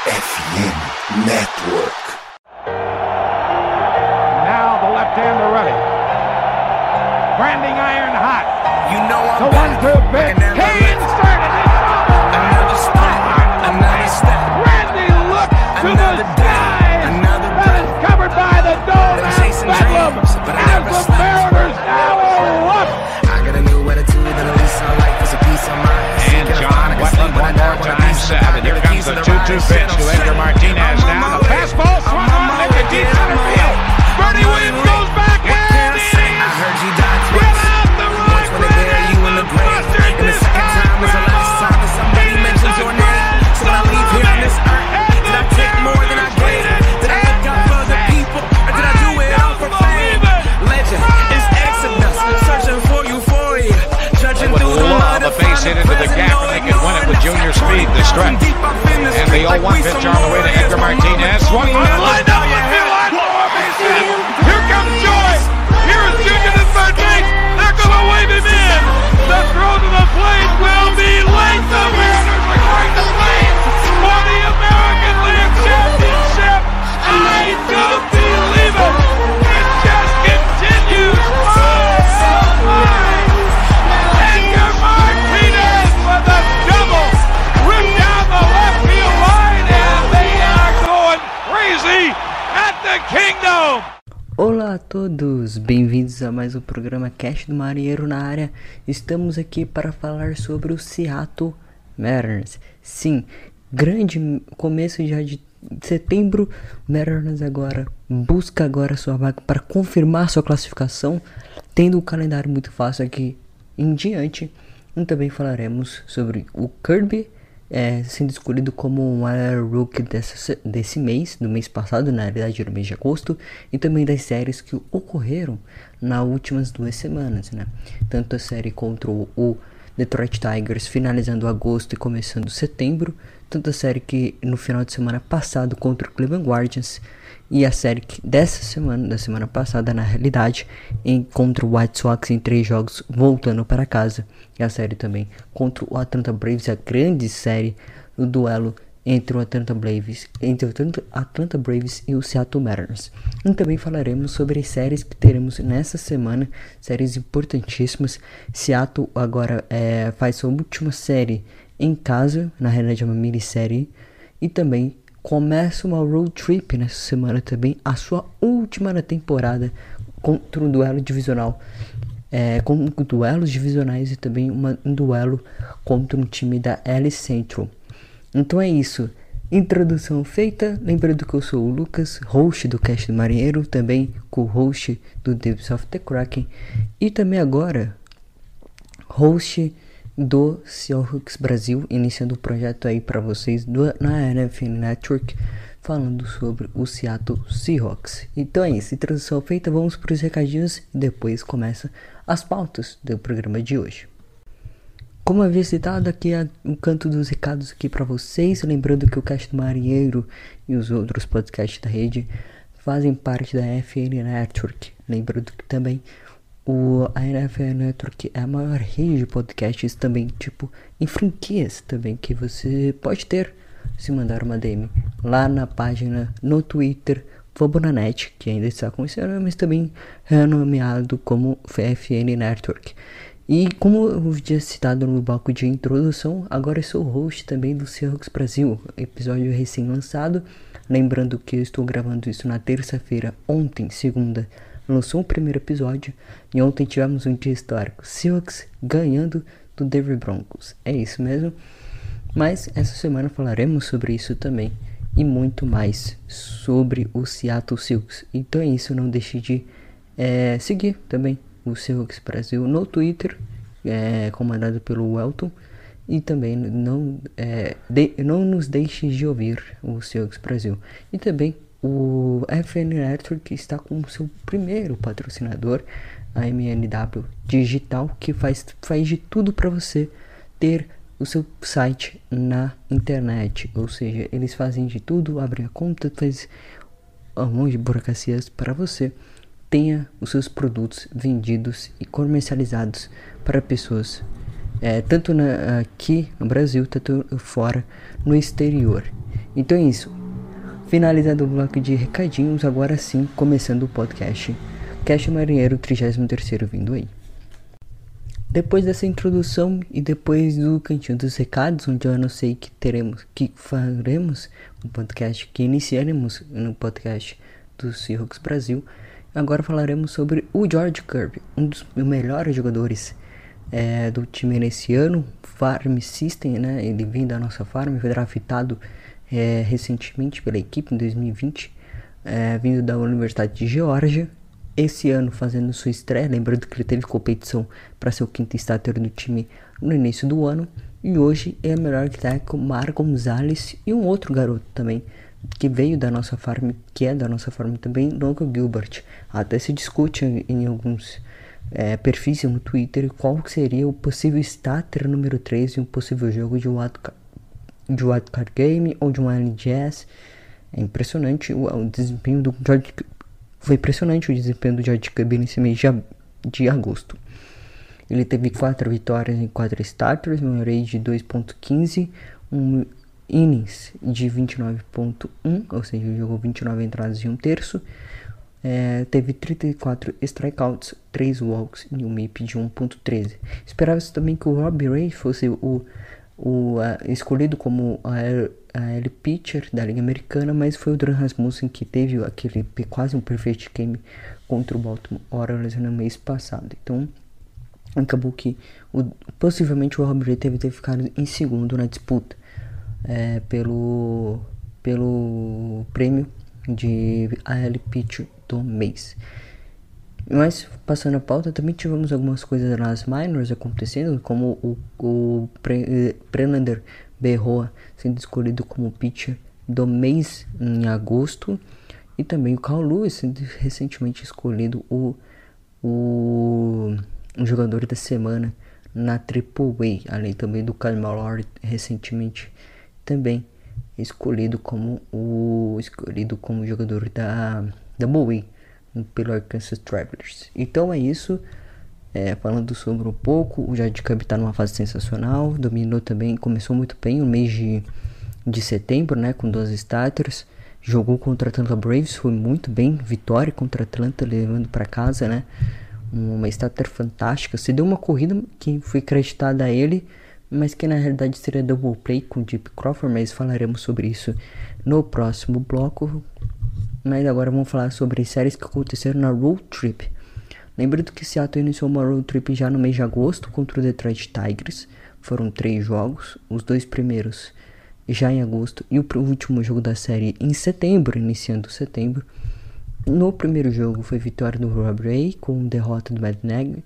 FM Network. Now the left-hander ready. Branding iron hot. You know I'm The back. 1-2 pitch. Kane started it. Another step, another step. Randy looks to the Another day, skies. another That breath. is covered by the dome. Been chasing Bedlam dreams, but I as never the slept. Mariners now erupt. I got a new attitude and at least I like is a piece of mind. And John Wetland one more time set. And here comes the 2-2 pitch to Edgar Martinez now. The fastball swung on, make a deep center field. Bernie Williams goes back and I heard you died get twice. out the Once right when they bury you in the grave, and the second time was the last time that somebody mentions your name. So when I leave here on this earth, did I take more than I gave? Did I look out for the people, or did I do it all for fame? Legend is Exodus, searching for euphoria, judging through the mud The to base hit find the into the present, gap, and they can win it with junior speed, the stretch. And the 0-1 pitch on the way to Edgar Martinez. Swung on the line down the field line. Here comes Joy. Here is Junior to third base. They're going to wave him in. The throw to the plate will be late. The Mariners are going to play for the American League Championship. I don't believe it. It just continues. Oh my. Edgar Martinez with a double. Ripped down the left field line, and they are going crazy at the Kingdom. Olá a todos, bem-vindos a mais um programa Cast do Marinheiro na área. Estamos aqui para falar sobre o Seattle Mariners. Sim, grande começo já de setembro. O Mariners busca agora sua vaga para confirmar sua classificação, tendo um calendário muito fácil aqui em diante. E também falaremos sobre o Kirby sendo escolhido como o maior rookie desse mês, do mês passado, na realidade no mês de agosto, e também das séries que ocorreram nas últimas 2 semanas, né? Tanto a série contra o Detroit Tigers finalizando agosto e começando setembro, tanto a série que no final de semana passado contra o Cleveland Guardians, e a série da semana passada, na realidade, contra o White Sox em 3 jogos, voltando para casa. E a série também contra o Atlanta Braves, a grande série, o duelo entre o Atlanta Braves e o Seattle Mariners. E também falaremos sobre as séries que teremos nessa semana, séries importantíssimas. Seattle agora faz sua última série em casa, na realidade é uma minissérie, e também começa uma road trip nessa semana também, a sua última na temporada, contra um duelo divisional, com duelos divisionais e também um duelo contra um time da LA Central. Então é isso, introdução feita. Lembrando que eu sou o Lucas, host do Cast do Marinheiro, também co-host do Davis of the Kraken, e também agora host do Seahawks Brasil, iniciando o projeto aí para vocês na NFL Network, falando sobre o Seattle Seahawks. Então é isso, introdução feita, vamos para os recadinhos e depois começa as pautas do programa de hoje. Como havia citado aqui o canto dos recados aqui para vocês, lembrando que o Cast do Marinheiro e os outros podcasts da rede fazem parte da FN Network. Lembrando que também a NFL Network é a maior rede de podcasts também, tipo, em franquias também, que você pode ter se mandar uma DM lá na página no Twitter, Fobonanet, que ainda está com esse nome, mas também renomeado como FN Network. E como eu já citado no bloco de introdução, agora eu sou host também do Seahawks Brasil, episódio recém-lançado. Lembrando que eu estou gravando isso na terça-feira, ontem, segunda, lançou o primeiro episódio, e ontem tivemos um dia histórico, Seahawks ganhando do Denver Broncos. É isso mesmo, mas essa semana falaremos sobre isso também, e muito mais sobre o Seattle Seahawks. Então é isso, não deixe de seguir também o Seahawks Brasil no Twitter, comandado pelo Welton, e também não nos deixe de ouvir o Seahawks Brasil. E também o FN Network está com o seu primeiro patrocinador, a MNW Digital, que faz de tudo para você ter o seu site na internet. Ou seja, eles fazem de tudo, abrem a conta, faz um monte de burocracias para você tenha os seus produtos vendidos e comercializados para pessoas, tanto aqui no Brasil, tanto fora no exterior. Então é isso. Finalizado o bloco de recadinhos, agora sim, começando o podcast. Cash Marinheiro 33º vindo aí. Depois dessa introdução e depois do cantinho dos recados, onde eu anunciei que faremos um podcast, que iniciaremos no podcast do Seahawks Brasil, agora falaremos sobre o George Kirby, um dos melhores jogadores do time nesse ano, Farm System, né? Ele vem da nossa Farm, foi draftado recentemente pela equipe em 2020, vindo da Universidade de Geórgia. Esse ano fazendo sua estreia, lembrando que ele teve competição para ser o quinto starter do time no início do ano. E hoje é melhor tackle Mar Gonzalez e um outro garoto também, que veio da nossa farm, que é da nossa farm também, Logan Gilbert. Até se discute em alguns perfis no Twitter qual seria o possível starter número 3 em um possível jogo de wildcard game ou de um LGS. É impressionante o desempenho do George. Foi impressionante o desempenho do George Kirby nesse mês de agosto. Ele teve 4 vitórias em 4 starters, um array de 2.15, um innings de 29.1, ou seja, jogou 29 entradas e 1/3. Teve 34 strikeouts, 3 walks e um MIP de 1.13. Esperava-se também que o Robbie Ray fosse o escolhido como a L pitcher da Liga Americana, mas foi o Duran Rasmussen que teve aquele quase um perfect game contra o Baltimore Orioles no mês passado. Então acabou que possivelmente o Robbie Ray deve ter ficado em segundo na disputa pelo prêmio de AL Pitcher do mês. Mas, passando a pauta, também tivemos algumas coisas nas minors acontecendo, como o Prelander Berroa sendo escolhido como pitcher do mês em agosto, e também o Carl Lewis sendo recentemente escolhido o jogador da semana na AAA, além também do Kyle Mallory recentemente também escolhido como jogador da Double A pelo Arkansas Travelers. Então é isso, falando sobre um pouco, o George Kirby está numa fase sensacional, dominou também, começou muito bem no mês de setembro, né, com 12 starters, jogou contra a Atlanta Braves, foi muito bem, vitória contra a Atlanta, levando para casa, né, uma starter fantástica. Se deu uma corrida que foi creditada a ele, mas que na realidade seria double play com o Deep Crawford, mas falaremos sobre isso no próximo bloco. Mas agora vamos falar sobre séries que aconteceram na road trip. Lembrando que Seattle iniciou uma road trip já no mês de agosto contra o Detroit Tigers. Foram 3 jogos, os 2 primeiros já em agosto e o último jogo da série em setembro, iniciando setembro. No primeiro jogo foi vitória do Rob Ray com derrota do Matt Nagy.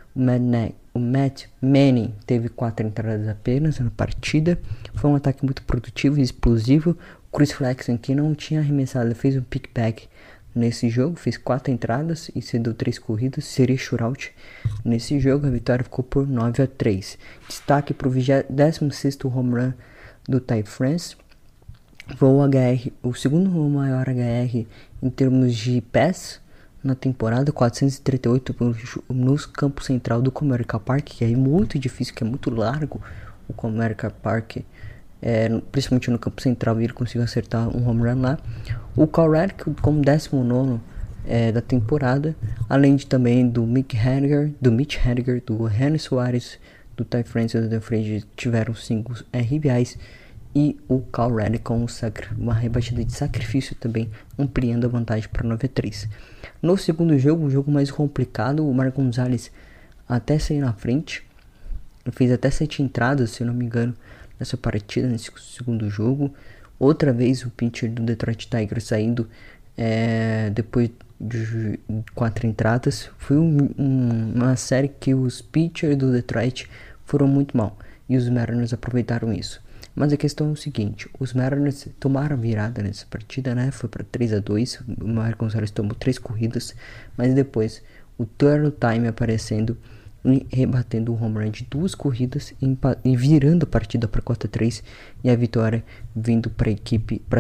O Matt Manning teve 4 entradas apenas na partida. Foi um ataque muito produtivo e explosivo. O Chris Flexen, que não tinha arremessado, fez um pick-back nesse jogo, fez 4 entradas e cedeu 3 corridas, seria shutout nesse jogo. A vitória ficou por 9-3. Destaque para o 16º home run do Ty France. Foi o HR, o segundo maior HR em termos de pass na temporada, 438 no campo central do Comerica Park, que é muito difícil, que é muito largo o Comerica Park, principalmente no campo central, e ele conseguiu acertar um home run lá. O Cal Radic como 19º da temporada, além de também do Mitch Haniger, do Henry Soares, do Ty France e do DeFranco tiveram 5 RBIs, e o Cal Radic com uma rebatida de sacrifício também, ampliando a vantagem para 9-3. No segundo jogo, um jogo mais complicado, o Mar Gonzalez até sair na frente, fez até 7 entradas, se eu não me engano, nessa partida, nesse segundo jogo. Outra vez o pitcher do Detroit Tigers saindo depois de 4 entradas. Foi uma série que os pitchers do Detroit foram muito mal e os Mariners aproveitaram isso. Mas a questão é o seguinte, os Mariners tomaram virada nessa partida, né? Foi para 3-2, o Mar Gonzalez tomou 3 corridas, mas depois o turn time aparecendo e rebatendo um home run de 2 corridas e virando a partida para 4-3, e a vitória vindo para a equipe para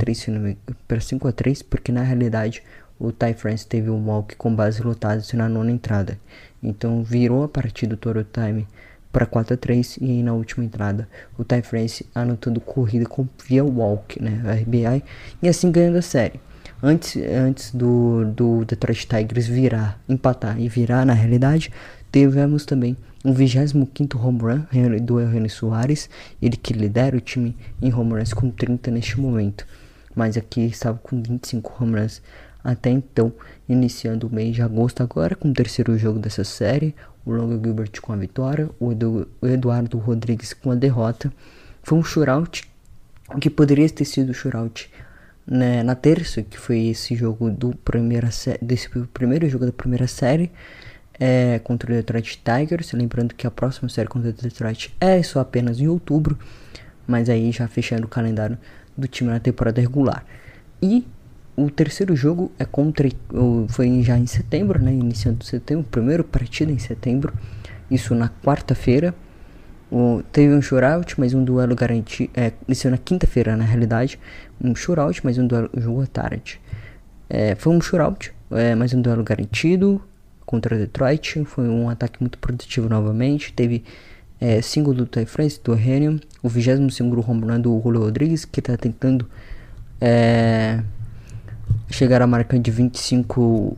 5-3, porque na realidade o Ty France teve um walk com base lotada na 9ª entrada. Então virou a partida do total time para 4-3, e aí na última entrada o Ty France anotando corrida via walk, né, RBI, e assim ganhando a série. Antes do Detroit Tigers empatar e virar na realidade, tivemos também o 25º home run do Eugenio Suárez, ele que lidera o time em home runs com 30 neste momento, mas aqui estava com 25 home runs até então, iniciando o mês de agosto agora com o terceiro jogo dessa série, o Logan Gilbert com a vitória, o Eduardo Rodrigues com a derrota. Foi um shootout que poderia ter sido shootout, né, na terça, que foi esse jogo desse primeiro jogo da primeira série, contra o Detroit Tigers. Lembrando que a próxima série contra o Detroit é só apenas em outubro, mas aí já fechando o calendário do time na temporada regular. E o terceiro jogo foi já em setembro, né, iniciando setembro, primeiro partida em setembro, isso na quarta-feira. Teve um shootout, mas um duelo garantido. Isso na quinta-feira, na realidade. Um shootout, mas um duelo jogo à tarde. Foi um shootout, mas um duelo garantido contra o Detroit. Foi um ataque muito produtivo novamente. Teve single do Ty France, do Eugenio, o 22º home run do Julio Rodrigues, que está tentando chegar à marca de 25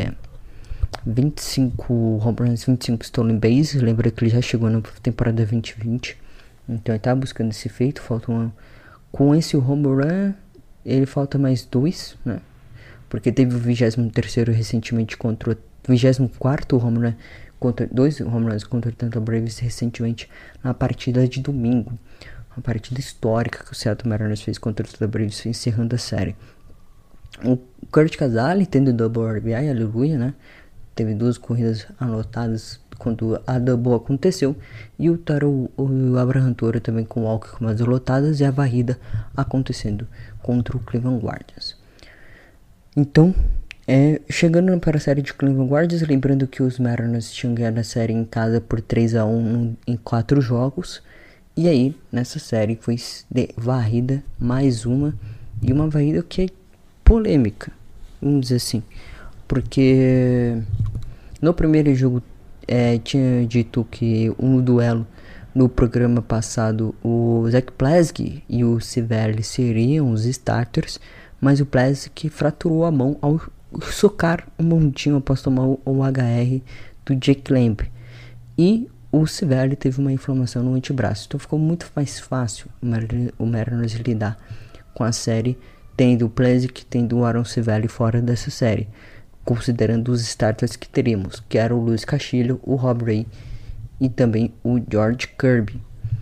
home runs, 25 stolen bases. Lembra que ele já chegou na temporada 2020, então ele tá buscando esse feito. Com esse home run, ele falta mais 2, né? Porque teve o 23º recentemente contra o 24º home run, dois home runs contra o Tampa Braves recentemente na partida de domingo, uma partida histórica que o Seattle Mariners fez contra o Tampa Braves, encerrando a série. O Kurt Casale tendo double RBI, aleluia, né? Teve 2 corridas anotadas quando a double aconteceu. E o Abraham Toro também com walk com as lotadas, e a varrida acontecendo contra o Cleveland Guardians. Então, chegando para a série de Cleveland Guardians, lembrando que os Mariners tinham ganhado a série em casa por 3-1 em 4 jogos. E aí, nessa série foi varrida mais uma, e uma varrida que é polêmica, vamos dizer assim, porque no primeiro jogo tinha dito que um duelo no programa passado, o Zach Plesac e o Civelli seriam os starters, mas o Plesac fraturou a mão ao socar um montinho após tomar o HR do Jake Lamb, e o Civelli teve uma inflamação no antebraço. Então ficou muito mais fácil o Mariners lidar com a série, tendo o Plesac, tendo o Aaron Civelli fora dessa série, considerando os starters que teríamos, que era o Luiz Castillo, o Rob Ray e também o George Kirby.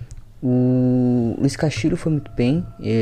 O Luiz Castillo foi muito bem,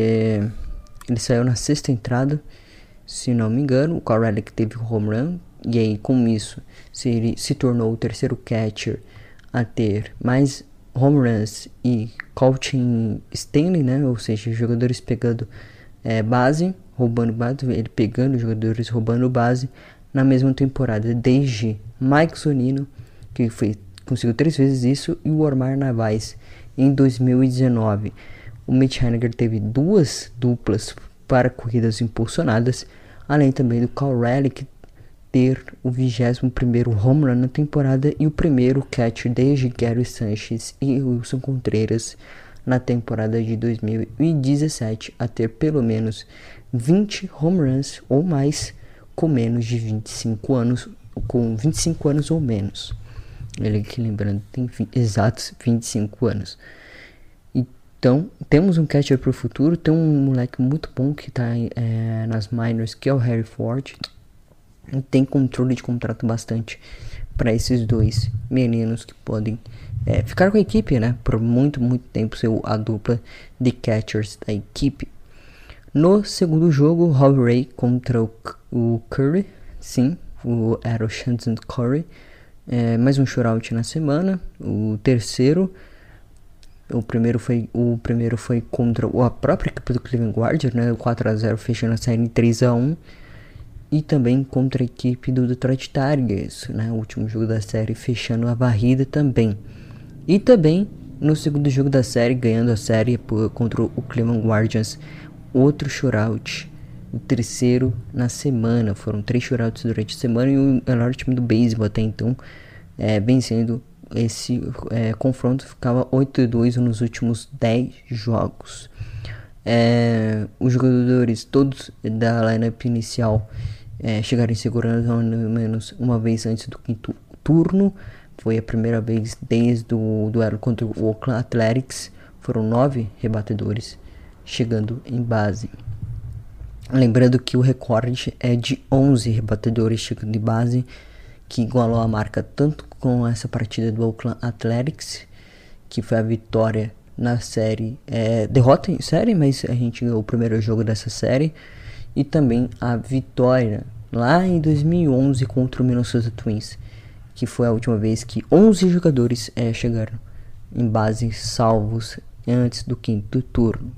ele saiu na 6ª entrada, se não me engano. O Carl Relic teve o home run, e aí com isso se tornou o terceiro catcher a ter mais home runs e coaching Stanley, né? Ou seja, jogadores pegando base, roubando base, ele pegando jogadores, roubando base na mesma temporada, desde Mike Zunino, que conseguiu 3 vezes isso, e o Omar Narvaez em 2019. O Mitch Haniger teve 2 duplas para corridas impulsionadas, além também do Carl Relic ter o 21º home run na temporada e o primeiro catch desde Gary Sanchez e Wilson Contreras na temporada de 2017 a ter pelo menos 20 home runs ou mais com menos de 25 anos, com 25 anos ou menos. Ele aqui, lembrando, tem exatos 25 anos. Então, temos um catcher para o futuro. Tem um moleque muito bom que está nas minors, que é o Harry Ford. E tem controle de contrato bastante para esses 2 meninos que podem ficar com a equipe, né? Por muito tempo, ser a dupla de catchers da equipe. No segundo jogo, Rob Ray contra o Curry. Sim, era o Shannon Curry. Mais um shootout na semana. O primeiro foi contra a própria equipe do Cleveland Guardians, né? O 4-0 fechando a série em 3-1. E também contra a equipe do Detroit Tigers, né? O último jogo da série, fechando a varrida também. E também no segundo jogo da série, ganhando a série contra o Cleveland Guardians, outro shootout, o terceiro na semana. Foram 3 shootouts durante a semana, e o melhor time do beisebol até então, vencendo esse confronto ficava 8-2 nos últimos 10 jogos. Os jogadores todos da lineup inicial chegaram em segurança ao menos uma vez antes do quinto turno. Foi a primeira vez desde o duelo contra o Oakland Athletics. Foram 9 rebatedores chegando em base. Lembrando que o recorde é de 11 rebatedores chegando em base, que igualou a marca tanto com essa partida do Oakland Athletics, que foi a vitória na série, derrota em série, mas a gente ganhou o primeiro jogo dessa série, e também a vitória lá em 2011 contra o Minnesota Twins, que foi a última vez que 11 jogadores chegaram em base salvos antes do quinto turno.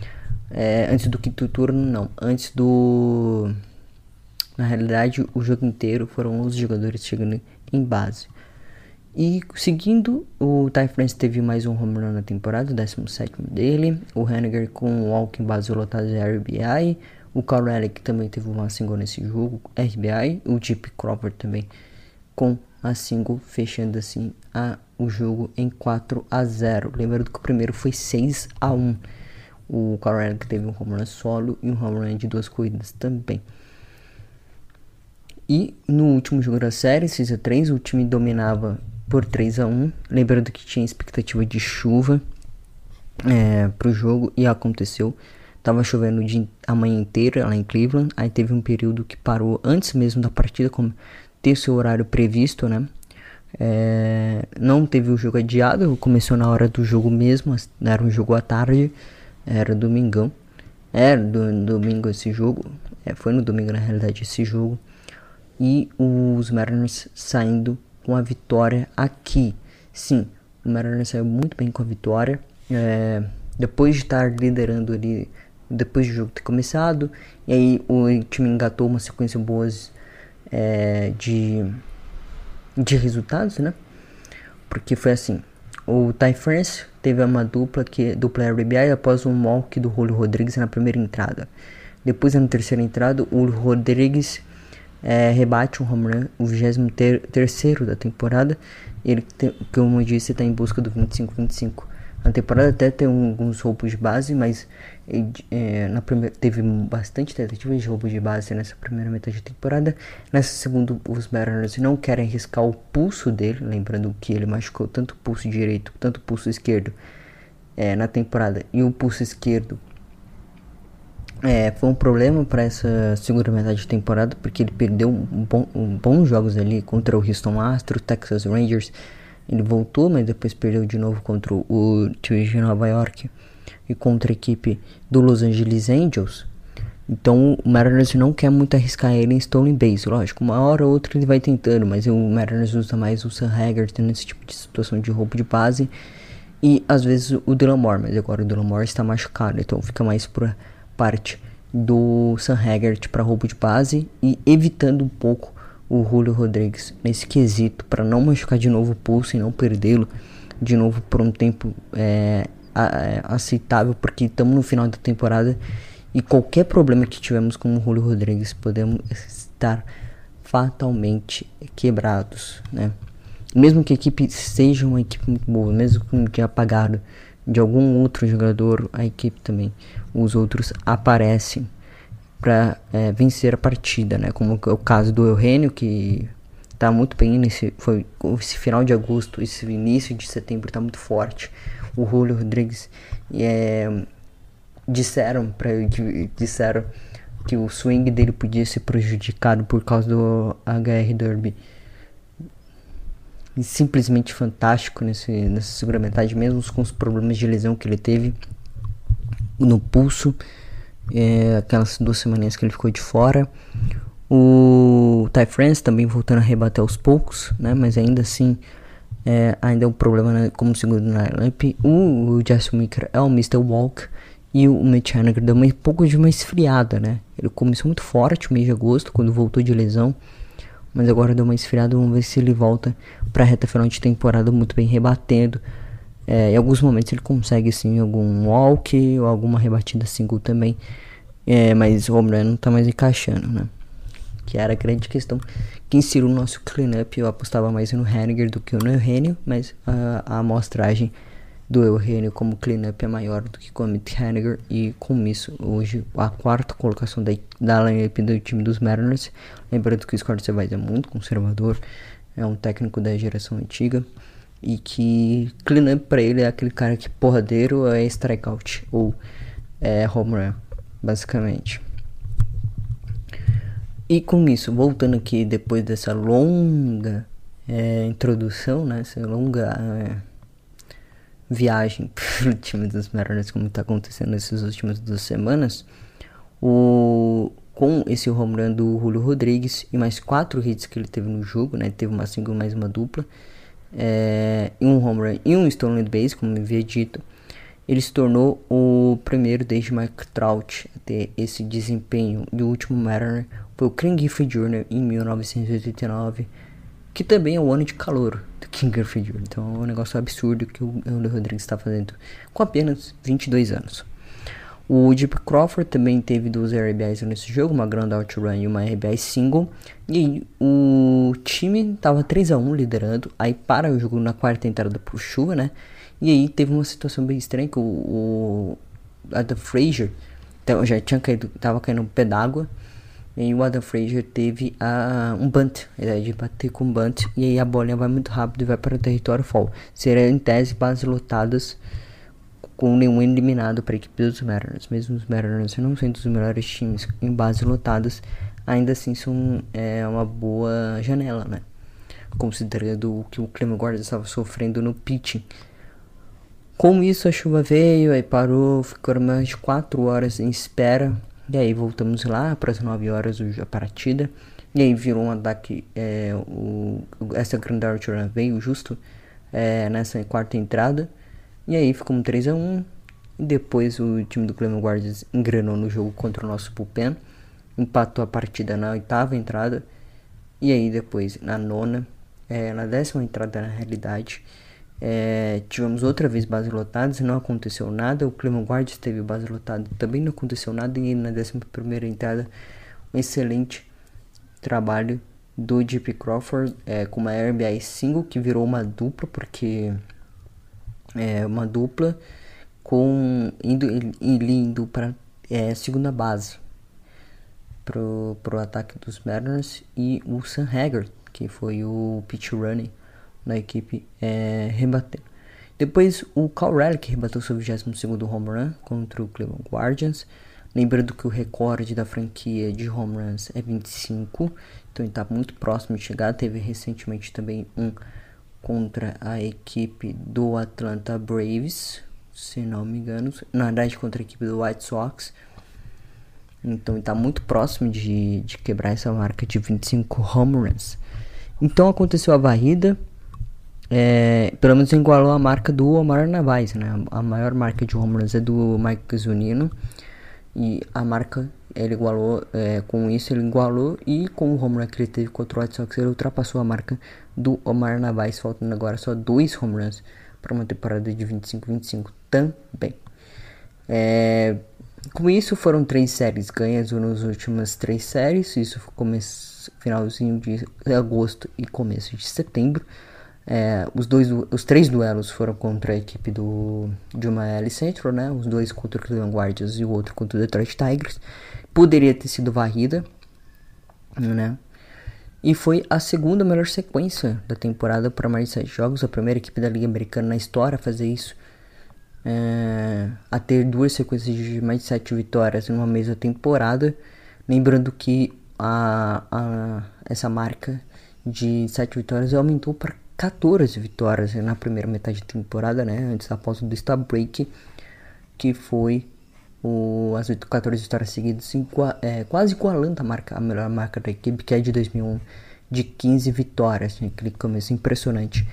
Na realidade, o jogo inteiro foram 11 jogadores chegando em base. E seguindo, o Ty France teve mais um home run na temporada, o 17º dele. O Haniger com um walk em base lotado de RBI. O Carl Relic também teve uma single nesse jogo, RBI. O Chip Crawford também com a single, fechando assim o jogo em 4-0. Lembrando que o primeiro foi 6-1. O Carl Relic teve um home run solo e um home run de 2 corridas também. E no último jogo da série, 6-3, o time dominava por 3-1. Lembrando que tinha expectativa de chuva pro jogo, e aconteceu. Tava chovendo a manhã inteira lá em Cleveland. Aí teve um período que parou antes mesmo da partida, como ter seu horário previsto, né? Não teve o jogo adiado, começou na hora do jogo mesmo. Era um jogo à tarde, era domingão. Domingo esse jogo. Foi no domingo na realidade esse jogo. E os Mariners saindo com a vitória aqui. Sim, o Mariners saiu muito bem com a vitória. Depois de estar liderando ali, depois do jogo ter começado. E aí o time engatou uma sequência boa de resultados, né? Porque foi assim: o Ty France teve uma dupla RBI após um walk do Julio Rodrigues na primeira entrada. Depois, na terceira entrada, o Rodrigues rebate um home run, o 23º da temporada. Ele, como eu disse, está em busca do 25-25. Na temporada até tem alguns roubos de base, mas teve bastante tentativas de roubo de base nessa primeira metade da temporada. Nessa segunda, os Mariners não querem arriscar o pulso dele, lembrando que ele machucou tanto o pulso direito quanto o pulso esquerdo na temporada. E o pulso esquerdo foi um problema para essa segunda metade de temporada, porque ele perdeu bons jogos ali contra o Houston Astros, Texas Rangers. Ele voltou, mas depois perdeu de novo contra o time de Nova York e contra a equipe do Los Angeles Angels. Então o Mariners não quer muito arriscar ele em stolen base. Lógico, uma hora ou outra ele vai tentando, mas o Mariners usa mais o Sam Haggerty nesse tipo de situação de roubo de base, e às vezes o Dylan Moore, mas agora o Dylan Moore está machucado, então fica mais por parte do Sam Haggerty para roubo de base, e evitando um pouco o Julio Rodrigues nesse quesito, para não machucar de novo o pulso e não perdê-lo de novo por um tempo aceitável, porque estamos no final da temporada e qualquer problema que tivermos com o Julio Rodrigues podemos estar fatalmente quebrados, né? Mesmo que a equipe seja uma equipe muito boa, mesmo com o dia apagado de algum outro jogador, a equipe também, os outros aparecem para vencer a partida, né? Como é o caso do Eugenio, que tá muito bem esse final de agosto, esse início de setembro tá muito forte. O Julio Rodrigues disseram que o swing dele podia ser prejudicado por causa do HR Derby. E simplesmente fantástico nessa segunda metade, mesmo com os problemas de lesão que ele teve no pulso. Aquelas 2 semaninhas que ele ficou de fora. O Ty France também voltando a rebater aos poucos, né? Mas ainda assim ainda é um problema, né? Como segundo na lineup. O Jason Winker é o Mr. Walk, e o Mitch Haniger deu um pouco de uma esfriada, né? Ele começou muito forte no mês de agosto, quando voltou de lesão, mas agora deu uma esfriada. Vamos ver se ele volta para a reta final de temporada muito bem rebatendo. Em alguns momentos ele consegue sim algum walk ou alguma rebatida single também, mas o home run não tá mais encaixando, né? que era a grande questão que inseriu o nosso cleanup. Eu apostava mais no Henniger do que no Eugenio, mas a amostragem do Eugenio como cleanup é maior do que com o Mitch Henniger, e com isso hoje a quarta colocação da lineup do time dos Mariners. Lembrando que o Scott Servais é muito conservador, é um técnico da geração antiga, e que cleanup pra ele é aquele cara que porradeiro é strikeout ou é home run, basicamente. E com isso, voltando aqui depois dessa longa introdução, né, essa longa viagem pro time dos Mariners, como tá acontecendo nessas últimas 2 semanas, com esse home run do Julio Rodrigues e mais 4 hits que ele teve no jogo, né, teve uma single mais uma dupla, e um home run e um stolen base, como eu havia dito, ele se tornou o primeiro desde Mike Trout a ter esse desempenho. E o último Mariner foi o Ken Griffey Jr. em 1989, que também é o ano de calor do Ken Griffey Jr. Então é um negócio absurdo que o Julio Rodrigues está fazendo com apenas 22 anos. O Deep Crawford também teve 2 RBIs nesse jogo, uma ground out run e uma RBI single. E aí o time estava 3-1 liderando, aí para o jogo na quarta entrada por chuva, né? E aí teve uma situação bem estranha que o Adam Frazier já tinha caído, tava caindo um pé d'água. E aí o Adam Frazier teve um bunt, a ideia de bater com bunt. E aí a bolinha vai muito rápido e vai para o território foul. Será em tese bases lotadas com nenhum eliminado para a equipe dos Mariners. Mesmo os Mariners não sendo os melhores times em bases lotadas, ainda assim são uma boa janela, né? Considerando o que o Cleveland Guardians estava sofrendo no pitching. Com isso a chuva veio, aí parou, ficou mais de 4 horas em espera. E aí voltamos lá para as 9 horas a partida. E aí virou um ataque, essa grande run veio justo nessa quarta entrada. E aí ficou um 3-1. E depois o time do Cleveland Guardians engrenou no jogo contra o nosso bullpen. Empatou a partida na 8ª entrada. E aí depois na 9ª, na 10ª entrada na realidade, tivemos outra vez bases lotadas e não aconteceu nada. O Cleveland Guardians teve base lotada, também não aconteceu nada. E na 11ª entrada, um excelente trabalho do Deep Crawford com uma RBI single que virou uma dupla, porque uma dupla com indo para segunda base pro ataque dos Mariners, e o Sam Haggard, que foi o pitch runner na equipe, rebatendo. Depois o Cal Raleigh rebateu seu 22º home run contra o Cleveland Guardians. Lembrando que o recorde da franquia de home runs é 25, então ele está muito próximo de chegar. Teve recentemente também um contra a equipe do Atlanta Braves, se não me engano, na verdade contra a equipe do White Sox. Então ele está muito próximo de quebrar essa marca de 25 home runs. Então aconteceu a varrida, pelo menos igualou a marca do Omar Narvaez, né? A maior marca de home runs é do Mike Zunino, e a marca ele igualou, com isso ele igualou, e com o home run que ele teve contra o White Sox ele ultrapassou a marca do Omar Narvaez, faltando agora só 2 home runs para uma temporada de 25-25 também. Com isso foram 3 séries ganhas nas últimas 3 séries. Isso foi finalzinho de agosto e começo de setembro. Os 3 duelos foram contra a equipe de uma AL Central, né? Os 2 contra o Cleveland Guardians e o outro contra o Detroit Tigers. Poderia ter sido varrida, né? E foi a segunda melhor sequência da temporada para mais de 7 jogos. A primeira equipe da Liga Americana na história a fazer isso, a ter 2 sequências de mais de 7 vitórias numa mesma temporada. Lembrando que essa marca de 7 vitórias aumentou para 14 vitórias na primeira metade da temporada, né? Antes da pausa do Star Break, que foi as 14 vitórias seguidas, quase igualando a melhor marca da equipe, que é de 2001, de 15 vitórias, né? Aquele começo impressionante.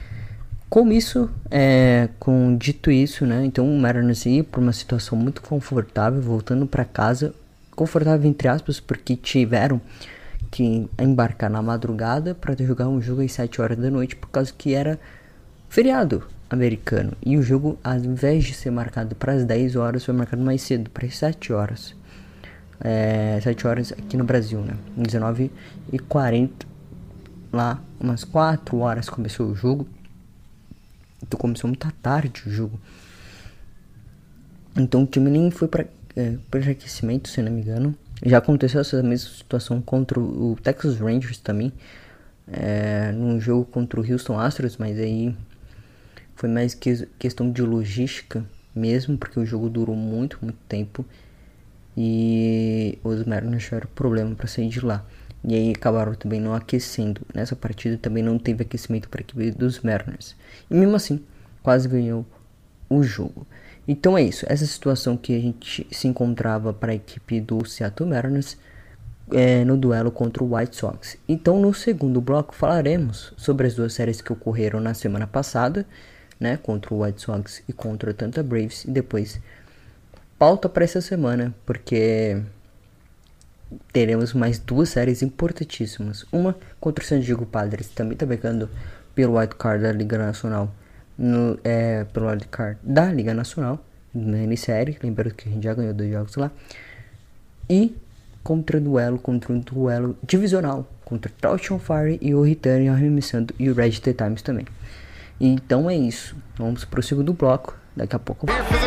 Dito isso, né? Então o Mariners ia por uma situação muito confortável, voltando para casa, confortável entre aspas, porque tiveram que embarcar na madrugada para jogar um jogo às 7 horas da noite, por causa que era feriado americano, e o jogo, ao invés de ser marcado para as 10 horas, foi marcado mais cedo, para as 7 horas. 7 horas aqui no Brasil, né? 19h40 lá, umas 4 horas começou o jogo. Então começou muito tarde o jogo. Então o time nem foi para aquecimento, se não me engano. Já aconteceu essa mesma situação contra o Texas Rangers também, num jogo contra o Houston Astros, mas aí foi mais questão de logística mesmo, porque o jogo durou muito tempo e os Mariners tiveram problema para sair de lá. E aí acabaram também não aquecendo. Nessa partida também não teve aquecimento para a equipe dos Mariners. E mesmo assim, quase ganhou o jogo. Então é isso. Essa situação que a gente se encontrava para a equipe do Seattle Mariners no duelo contra o White Sox. Então no segundo bloco falaremos sobre as duas séries que ocorreram na semana passada, né, contra o White Sox e contra o Tampa Braves. E depois pauta para essa semana, porque teremos mais duas séries importantíssimas. Uma contra o San Diego Padres, também está brigando pelo Wild Card da Liga Nacional, pelo Wild Card da Liga Nacional, na série, lembrando que a gente já ganhou 2 jogos lá. E contra um duelo divisional, contra o Trout on Fire e o Ritani arremessando e o Red The Times também. Então é isso, vamos pro segundo bloco, daqui a pouco.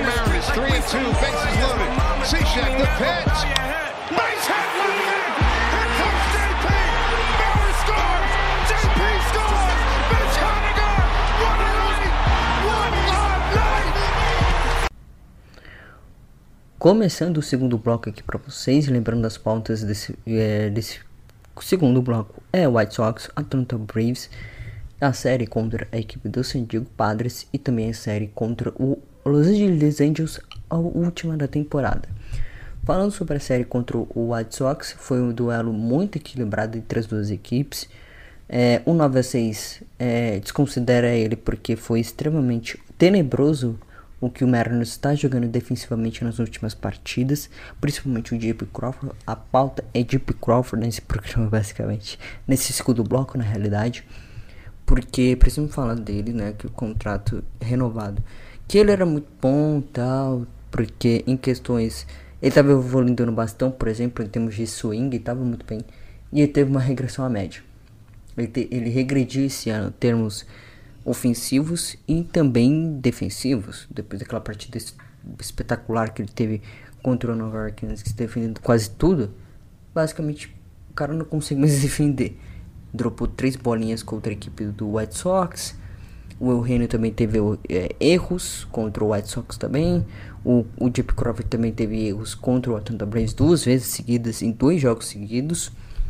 Começando o segundo bloco aqui para vocês, lembrando das pautas desse segundo bloco, White Sox, Atlanta Braves, a série contra a equipe do San Diego Padres e também a série contra o Los Angeles Angels, a última da temporada. Falando sobre a série contra o White Sox, foi um duelo muito equilibrado entre as duas equipes. O 9-6 desconsidera ele porque foi extremamente tenebroso o que o Mariners está jogando defensivamente nas últimas partidas, principalmente o J.P. Crawford. A pauta é J.P. Crawford nesse programa, basicamente, nesse segundo bloco, na realidade, porque precisamos falar dele, né, que o contrato renovado, que ele era muito bom, tal, porque em questões, ele estava evoluindo no bastão, por exemplo, em termos de swing, estava muito bem, e ele teve uma regressão à média. Ele regrediu esse ano em termos ofensivos e também defensivos, depois daquela partida espetacular que ele teve contra o Nova York Yankees, defendendo quase tudo. Basicamente o cara não consegue mais defender, dropou 3 bolinhas contra a equipe do White Sox. O Eugenio também teve erros contra o White Sox também. O J.P. Crawford também teve erros contra o Atlanta Braves 2 vezes seguidas, em 2 jogos seguidos.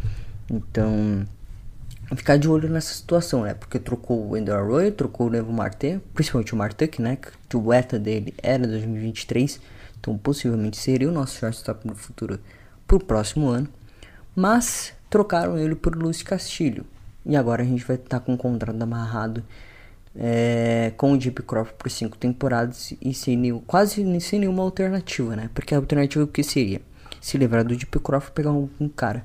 Então ficar de olho nessa situação, né? Porque trocou o Wendell Arroyo, trocou o Nevo Marte, principalmente o Marte, né? Que o ETA dele era 2023, então possivelmente seria o nosso shortstop no futuro pro próximo ano. Mas trocaram ele por Luiz Castilho. E agora a gente vai estar com um contrato amarrado com o J.P. Crawford por 5 temporadas e quase sem nenhuma alternativa, né? Porque a alternativa o que seria? Se livrar do J.P. Crawford, pegar um cara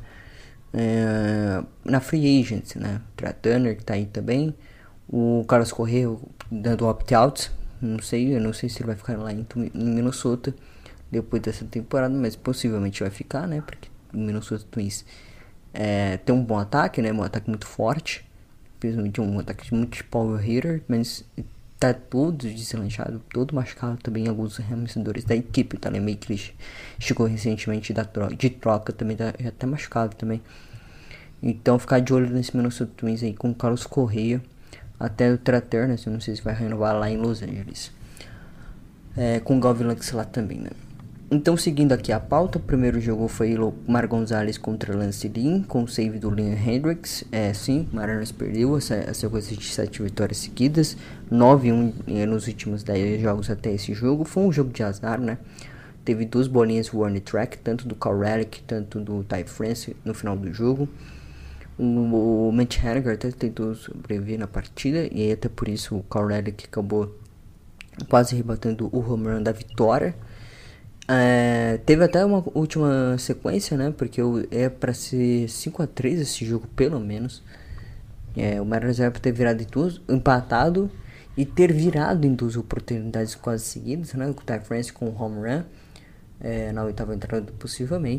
na free agent, né? O Trey Turner que tá aí também, o Carlos Correa dando opt-out, eu não sei se ele vai ficar lá em Minnesota depois dessa temporada, mas possivelmente vai ficar, né? Porque o Minnesota Twins tem um bom ataque, né? Um ataque muito forte, principalmente um ataque muito de power hitter, mas tá todo deslanchado, todo machucado também. Alguns arremessadores da equipe, tá? Meio que ele chegou recentemente de troca, também já tá machucado também. Então ficar de olho nesse Minnesota Twins aí com o Carlos Correa, até o Trey Turner, eu não sei se vai renovar lá em Los Angeles, com o Gavin Lux lá também, né? Então seguindo aqui a pauta, o primeiro jogo foi o Mar Gonzalez contra Lance Lynn, com o save do Liam Hendricks. Sim, o Mariners perdeu essa sequência de 7 vitórias seguidas, 9-1 nos últimos 10 jogos até esse jogo. Foi um jogo de azar, né? Teve 2 bolinhas warning track, tanto do Cal Raleigh, tanto do Ty France no final do jogo. O Matt Haniger até tentou sobreviver na partida, e até por isso o Cal Raleigh acabou quase rebatendo o home run da vitória. Teve até uma última sequência, né? Porque para ser 5-3 esse jogo, pelo menos. O Mariners era para ter virado em 2, empatado e ter virado em 2 oportunidades quase seguidas, né? O Ty France com o home run na 8ª entrada, possivelmente.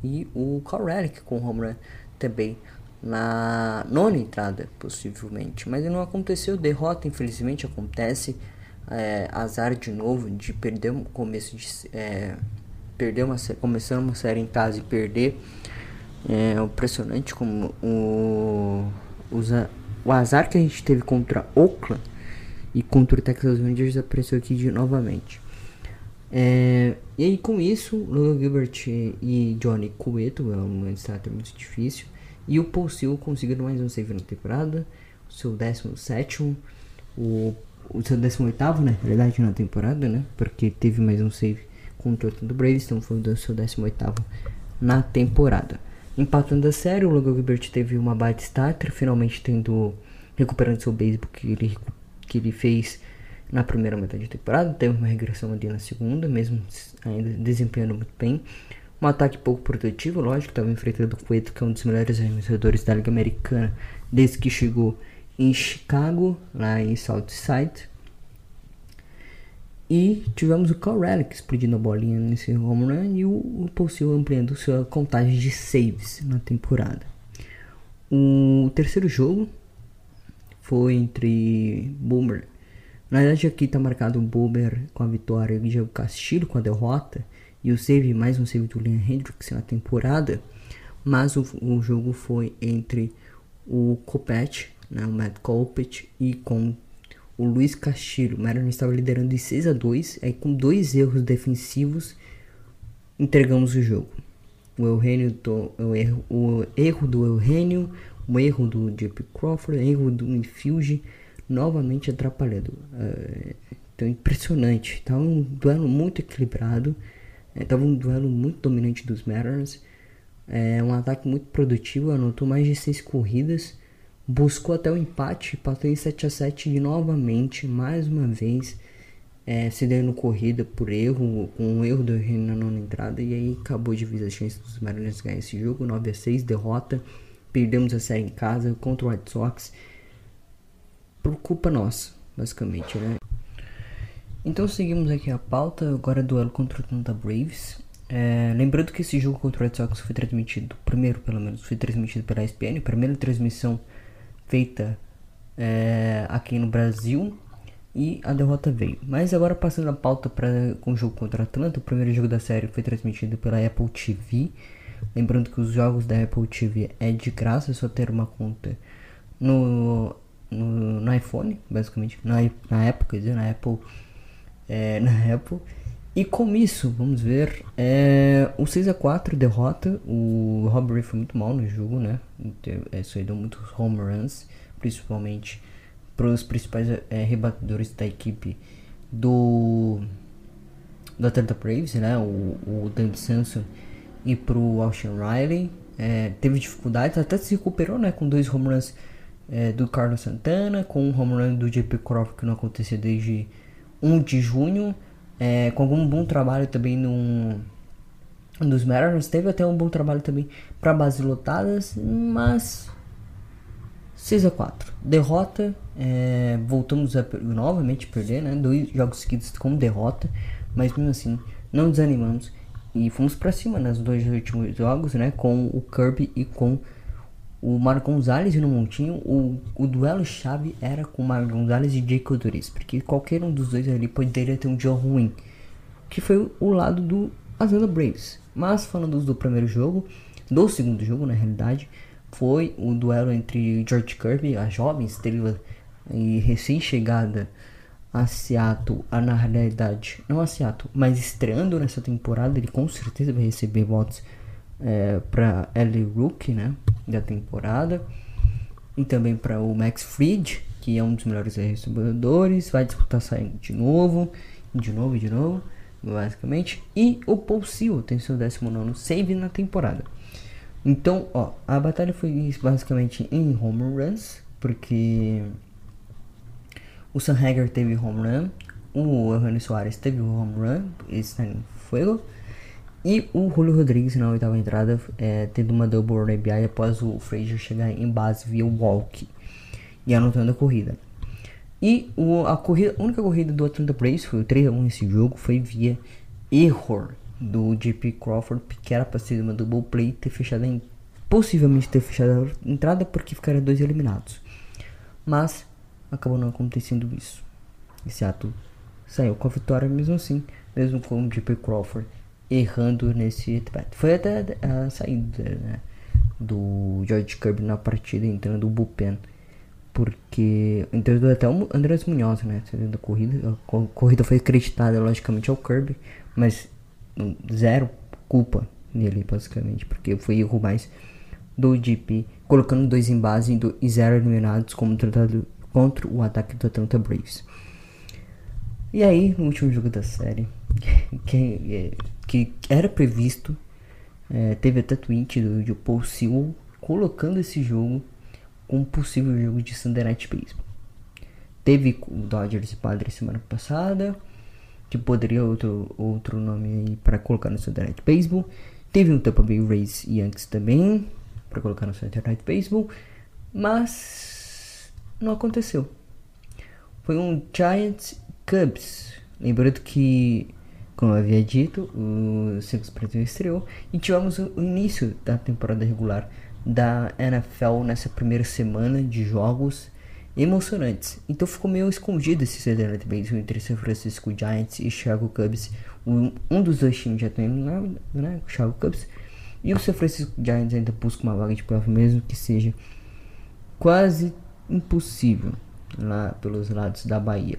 e o Cal Raleigh com home run também na nona entrada, possivelmente, mas não aconteceu. Derrota, infelizmente, acontece. Azar de novo de perder o começo de começando uma série em casa e perder. É impressionante como o azar que a gente teve contra Oakland e contra o Texas Rangers apareceu aqui novamente. E aí, com isso, Logan Gilbert e Johnny Cueto é um starter muito difícil, e o Paul Sewell conseguiu mais um save na temporada, o seu 17º, o seu 18º, na realidade, na temporada, né? Porque teve mais um save contra o Atlanta Braves, então foi o seu 18º na temporada. Empatando a série, o Logan Gilbert teve uma baita starter, finalmente recuperando seu beisebol que ele fez na primeira metade da temporada. Teve uma regressão ali na segunda, mesmo ainda desempenhando muito bem. Um ataque pouco produtivo, lógico, estava enfrentando o Cueto, que é um dos melhores arremessadores da Liga Americana desde que chegou em Chicago, lá em Southside. E tivemos o Cal Raleigh explodindo a bolinha nesse home run e o Paul Sewell ampliando sua contagem de saves na temporada. O terceiro jogo foi entre Boomer. Na verdade, aqui está marcado o Boomer com a vitória e o Diego Castillo com a derrota, e o save, mais um save do Liam Hendricks na temporada. Mas o jogo foi entre o Kopech, né, o Matt Kopech, e com o Luiz Castillo. O Mariners estava liderando de 6-2, aí com 2 erros defensivos entregamos o jogo. O erro do Eugenio, o erro do JP Crawford, o erro do infield, novamente atrapalhando. Então, impressionante. Estava um duelo muito equilibrado, estava um duelo muito dominante dos Mariners. Um ataque muito produtivo, anotou mais de 6 corridas, buscou até o empate, empatou em 7-7 e novamente, mais uma vez, cedendo corrida por erro, com um erro do Eugenio na nona entrada, e aí acabou de vez a chance dos Mariners ganhar esse jogo. 9-6, derrota, perdemos a série em casa contra o White Sox, por culpa nossa, basicamente, né? Então seguimos aqui a pauta, agora duelo contra o Atlanta Braves. Lembrando que esse jogo contra o Red Sox foi transmitido, primeiro pelo menos, foi transmitido pela ESPN, primeira transmissão feita aqui no Brasil, e a derrota veio. Mas agora passando a pauta com o jogo contra o Atlanta, o primeiro jogo da série foi transmitido pela Apple TV. Lembrando que os jogos da Apple TV é de graça, é só ter uma conta no iPhone, basicamente, na Apple, quer dizer, na Apple. E com isso, vamos ver, o 6-4 derrota. O Rob Ray foi muito mal no jogo, né? Isso aí deu muitos home runs, principalmente para os principais rebatedores da equipe do Atlanta Braves, né? O Dan Samson e para o Austin Riley. Teve dificuldades, até se recuperou, né? Com 2 home runs do Carlos Santana, com um home run do JP Crawford que não acontecia desde 1 de junho. Com algum bom trabalho também dos Mariners. Teve até um bom trabalho também para bases lotadas, mas 6-4 derrota. Voltamos a novamente perder, né? 2 jogos seguidos com derrota, mas mesmo assim não desanimamos e fomos para cima nos 2 últimos jogos, né? Com o Kirby e com o Marco Gonzalez no montinho. O duelo chave era com o Marco Gonzalez e Jacob Doris, porque qualquer um dos dois ali poderia ter um dia ruim, que foi o lado do Atlanta Braves. Mas falando do primeiro jogo, do segundo jogo na realidade, foi o duelo entre George Kirby, a jovem estrela e recém-chegada a Seattle, na realidade, não a Seattle, mas estreando nessa temporada. Ele com certeza vai receber votos para L. Rookie, né, da temporada, e também para o Max Fried, que é um dos melhores recebedores, vai disputar saindo de novo, basicamente. E o Paul Sewell tem seu 19º save na temporada. Então, a batalha foi basicamente em home runs, porque o Sam Hager teve home run, o Eugenio Suárez teve home run, está em fogo, e o Julio Rodrigues na 8ª entrada, tendo uma double RBI após o Frazier chegar em base via walk e anotando a corrida. E a única corrida do Atlanta Braves, foi o 3-1 nesse jogo, foi via erro do J.P. Crawford, que era para ser uma double play, possivelmente ter fechado a entrada, porque ficaram 2 eliminados. Mas acabou não acontecendo isso. E Seattle saiu com a vitória mesmo assim, mesmo com o J.P. Crawford errando nesse at-bat. Foi até a saída, né, do George Kirby na partida, entrando do bullpen, porque entrou até o Andrés Munoz, né, da corrida. A corrida foi acreditada logicamente ao Kirby, mas zero culpa nele, basicamente, porque foi erro mais do GP, colocando 2 em base e 0 eliminados como tratado contra o ataque do Atlanta Braves. E aí, no último jogo da série, que era previsto, teve até tweet do Paul Sewell colocando esse jogo como possível jogo de Sunday Night Baseball. Teve o Dodgers e Padres semana passada, que poderia outro nome aí para colocar no Sunday Night Baseball. Teve um Tampa Bay Rays e Yankees também para colocar no Sunday Night Baseball, mas não aconteceu. Foi um Giants Cubs. Lembrando que, como eu havia dito, o Santos Brasil estreou e tivemos o início da temporada regular da NFL nessa primeira semana de jogos emocionantes. Então ficou meio escondido esse Sunday Night Baseball entre San Francisco Giants e Chicago Cubs. Um dos 2 times já está eliminado, né? O Chicago Cubs. E o San Francisco Giants ainda busca uma vaga de playoff, mesmo que seja quase impossível lá pelos lados da Bahia.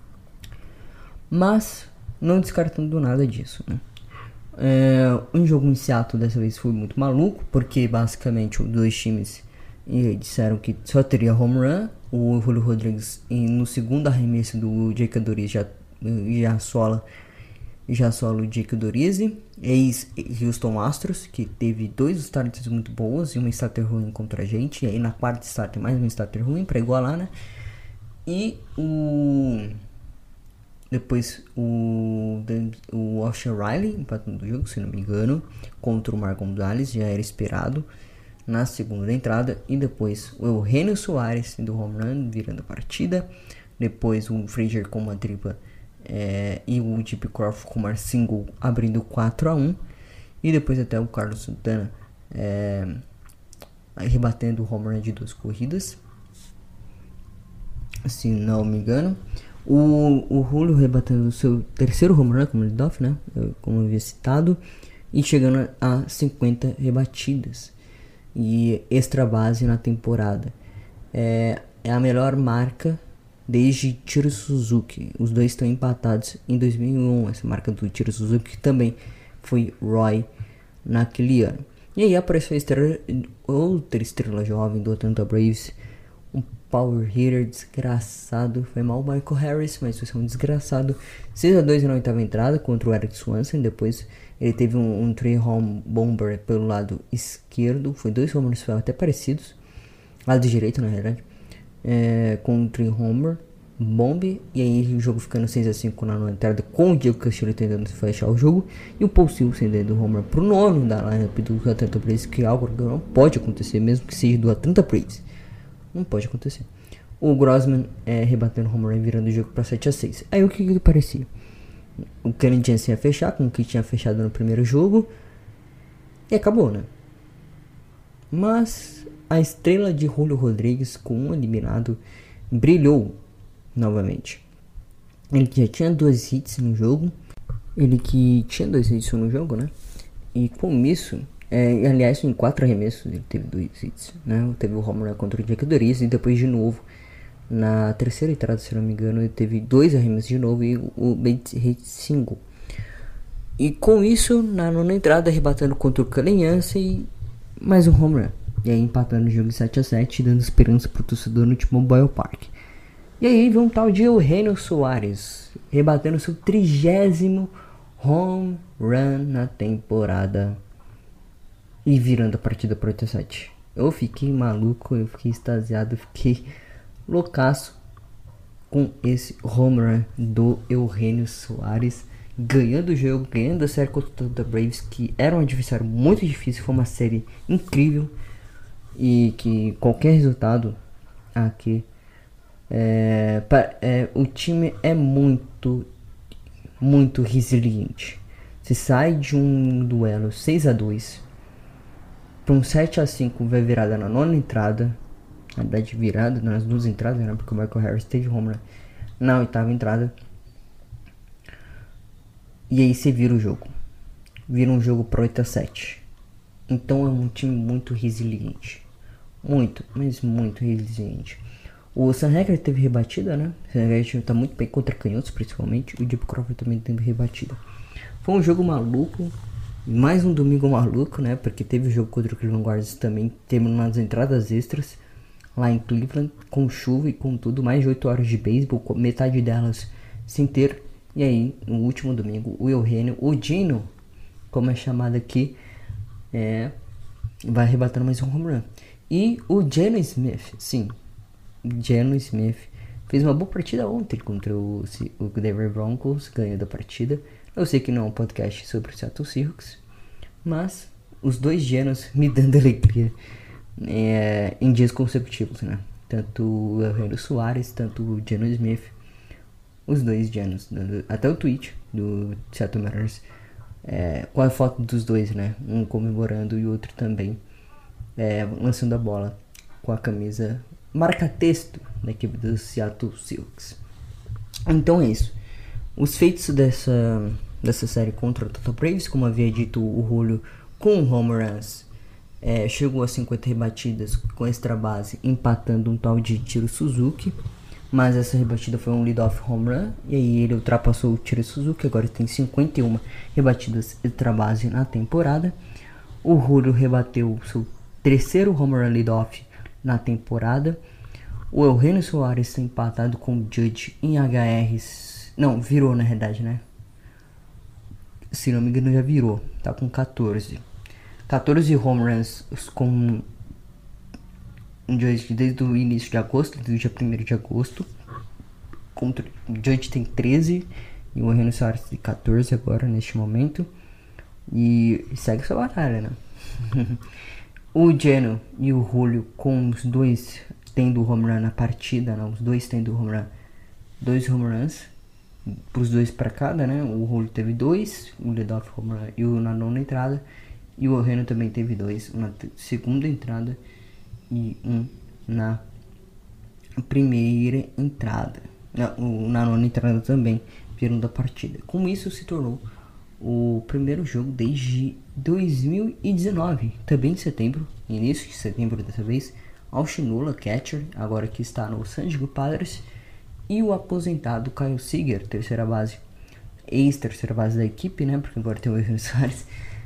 Mas não descartando nada disso, né? Um jogo em Seattle dessa vez foi muito maluco, porque basicamente os 2 times disseram que só teria home run. O Julio Rodrigues no segundo arremesso do Jake Odorizzi já sola o Jake Odorizzi, ex-Houston Astros, que teve 2 starters muito boas e uma starter ruim contra a gente. E aí na quarta starter mais uma starter ruim para igualar, né? E depois o Austin Riley empatando o jogo, se não me engano, contra o Marco Gonzalez, já era esperado na segunda entrada. E depois o Eugenio Suárez do home run virando a partida. Depois o Frazier com uma tripla e o J.P. Crawford com uma single abrindo 4-1. E depois até o Carlos Santana rebatendo o home run de 2 corridas, se não me engano. O Julio rebatendo o seu terceiro home run como leadoff, né? Como eu havia citado, e chegando a 50 rebatidas e extra base na temporada. É a melhor marca desde Tiro Suzuki. Os 2 estão empatados em 2001, essa marca do Tiro Suzuki, que também foi Roy naquele ano. E aí apareceu outra estrela jovem do Atlanta Braves, um power hitter desgraçado. Foi mal o Michael Harris, mas foi um desgraçado. 6-2 na 8ª entrada contra o Eric Swanson. Depois ele teve um 3-home bomber pelo lado esquerdo. Foi 2 homers até parecidos, lado direito na verdade, com um 3-homer bomb. E aí o jogo ficando 6-5 na 9ª entrada, com o Diego Castillo tentando fechar o jogo e o Paul Sewell sendo o homer pro 9º da lineup do Atlanta Braves, que é algo que não pode acontecer, mesmo que seja do Atlanta Braves. Não pode acontecer. O Grossman rebatendo o home run, virando o jogo para 7-6. Aí o que parecia? O Kenny Jensen ia fechar com o que tinha fechado no primeiro jogo e acabou, né? Mas a estrela de Julio Rodrigues, com um eliminado, brilhou novamente. Ele que já tinha 2 hits no jogo. Né? E com isso, aliás, em 4 arremessos ele teve 2 hits, né? Teve o home run contra o Jake Odorizzi e depois de novo na terceira entrada, se não me engano, ele teve 2 arremessos de novo e o base hit single. E com isso, na 9ª entrada, rebatendo contra o Cullen Jansen, mais um home run. E aí empatando o jogo 7-7, dando esperança pro torcedor no T-Mobile Park. E aí vem um tal de Eugenio Suárez, rebatendo seu 30º home run na temporada e virando a partida para 8-7. Eu fiquei maluco, eu fiquei extasiado, eu fiquei loucaço com esse home run do Eugenio Suárez, ganhando o jogo, ganhando a série contra o Atlanta Braves, que era um adversário muito difícil. Foi uma série incrível e que qualquer resultado aqui o time é muito resiliente. Se sai de um duelo 6-2 para um 7-5, vai virada na nona entrada. Na verdade, virada nas duas entradas, né? Porque o Michael Harris teve home run na oitava entrada. E aí você vira o jogo. Vira um jogo pro 8-7. Então é um time muito resiliente. Muito, mas muito resiliente. O Sam Haggerty teve rebatida, né? O Sam Haggerty tá muito bem contra canhotos, principalmente. E o Deep Crawford também teve rebatida. Foi um jogo maluco. Mais um domingo maluco, né? Porque teve o jogo contra o Cleveland Guardians também. Temos umas entradas extras lá em Cleveland, com chuva e com tudo. Mais de 8 horas de beisebol, metade delas sem ter. E aí, no último domingo, o Eugenio, o Dino, como é chamado aqui, vai arrebatando mais um home run. E o Geno Smith, sim, Geno Smith fez uma boa partida ontem contra o Denver Broncos, ganhou da partida. Eu sei que não é um podcast sobre o Seattle Seahawks, mas os dois Genos me dando alegria em dias consecutivos, né? Tanto o Eugenio Suárez, tanto o Geno Smith, os dois Genos, até o tweet do Seattle Mariners, com a foto dos dois, né? Um comemorando e o outro também lançando a bola com a camisa marca-texto da equipe do Seattle Seahawks. Então é isso. Os feitos dessa série contra o Toronto Braves, como havia dito o Julio, com home runs, chegou a 50 rebatidas com extra base, empatando um tal de Tiro Suzuki. Mas essa rebatida foi um lead-off home run, e aí ele ultrapassou o Tiro Suzuki. Agora tem 51 rebatidas extra base na temporada. O Julio rebateu seu terceiro home run lead-off na temporada. O Eugenio Suárez está empatado com o Judge em HRs. Não, virou na realidade, né? Se não me engano, já virou. Tá com 14 home runs com o Judge desde o início de agosto, desde o dia 1º de agosto. O Judge tem 13 e o Eugenio Suárez tem 14 agora, neste momento. E segue sua batalha, né? O Geno e o Julio, com os dois tendo home run na partida, né? Os dois tendo home run, 2 home runs pros dois para cada, né? O Julio teve 2, um lead-off home run e na nona entrada, e o Eugenio também teve 2, na segunda entrada e um na primeira entrada, na nona entrada também, virando a partida. Com isso se tornou o primeiro jogo desde 2019, também em setembro, início de setembro dessa vez. Austin Nola, catcher, agora que está no San Diego Padres, e o aposentado Kyle Seager, terceira base, ex-terceira base da equipe, né, porque agora tem o Eugenio Suárez,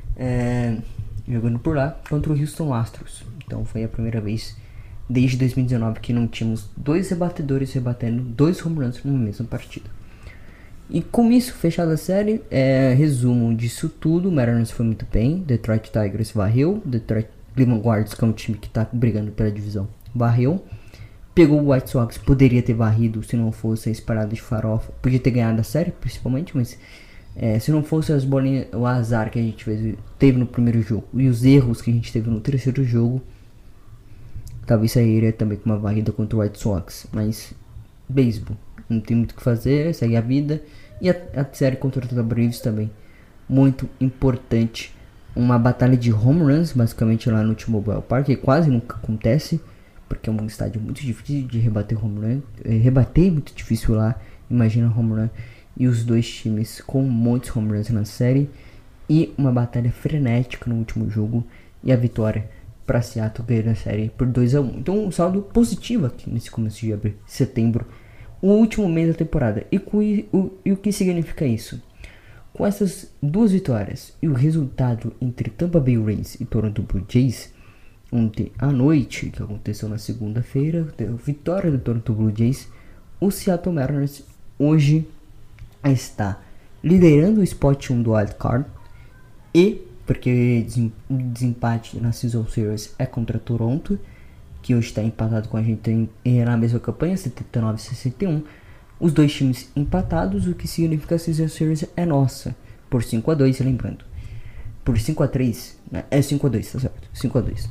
jogando por lá, contra o Houston Astros. Então foi a primeira vez desde 2019 que não tínhamos dois rebatedores rebatendo 2 home runs numa mesma partida. E com isso, fechada a série, resumo disso tudo. O Mariners foi muito bem, Detroit Tigers varreu, Detroit Cleveland Guardians, que é um time que está brigando pela divisão, varreu. Pegou o White Sox, poderia ter varrido se não fosse a disparada de farofa, podia ter ganhado a série principalmente, mas se não fosse as bolinhas, o azar que a gente teve no primeiro jogo e os erros que a gente teve no terceiro jogo, talvez sairia também com uma varrida contra o White Sox. Mas beisebol, não tem muito o que fazer, segue a vida. E a série contra o Toronto Braves também, muito importante. Uma batalha de home runs, basicamente, lá no T-Mobile Park, que quase nunca acontece, porque é um estádio muito difícil de rebater home run. Rebater é muito difícil lá, imagina home run. E os dois times com muitos home runs na série. E uma batalha frenética no último jogo. E a vitória para Seattle ganhar a série por 2-1. Então um saldo positivo aqui nesse começo de setembro. O último mês da temporada. E o que significa isso? Com essas duas vitórias e o resultado entre Tampa Bay Rays e Toronto Blue Jays ontem à noite, que aconteceu na segunda-feira, vitória do Toronto Blue Jays, o Seattle Mariners hoje está liderando o spot 1 do Wild Card, e porque o desempate na Season Series é contra Toronto, que hoje está empatado com a gente na mesma campanha, 79-61. Os dois times empatados, o que significa que a Season Series é nossa, por 5-2, lembrando. Por 5-3, né? 5-2, tá certo, 5-2.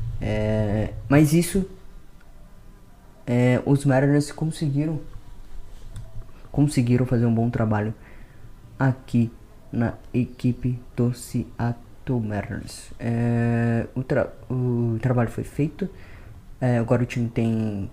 Mas isso, os Mariners conseguiram fazer um bom trabalho aqui na equipe do Seattle Mariners. O trabalho foi feito. Agora o time tem,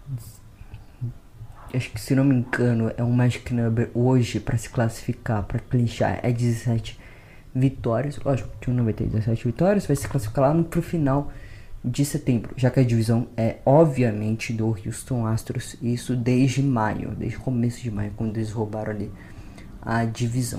acho que, se não me engano, é um magic number hoje para se classificar, para clinchar, é 17 vitórias. Lógico, o time não vai ter 17 vitórias, vai se classificar lá pro final de setembro, já que a divisão é obviamente do Houston Astros, isso desde o começo de maio, quando eles roubaram ali a divisão.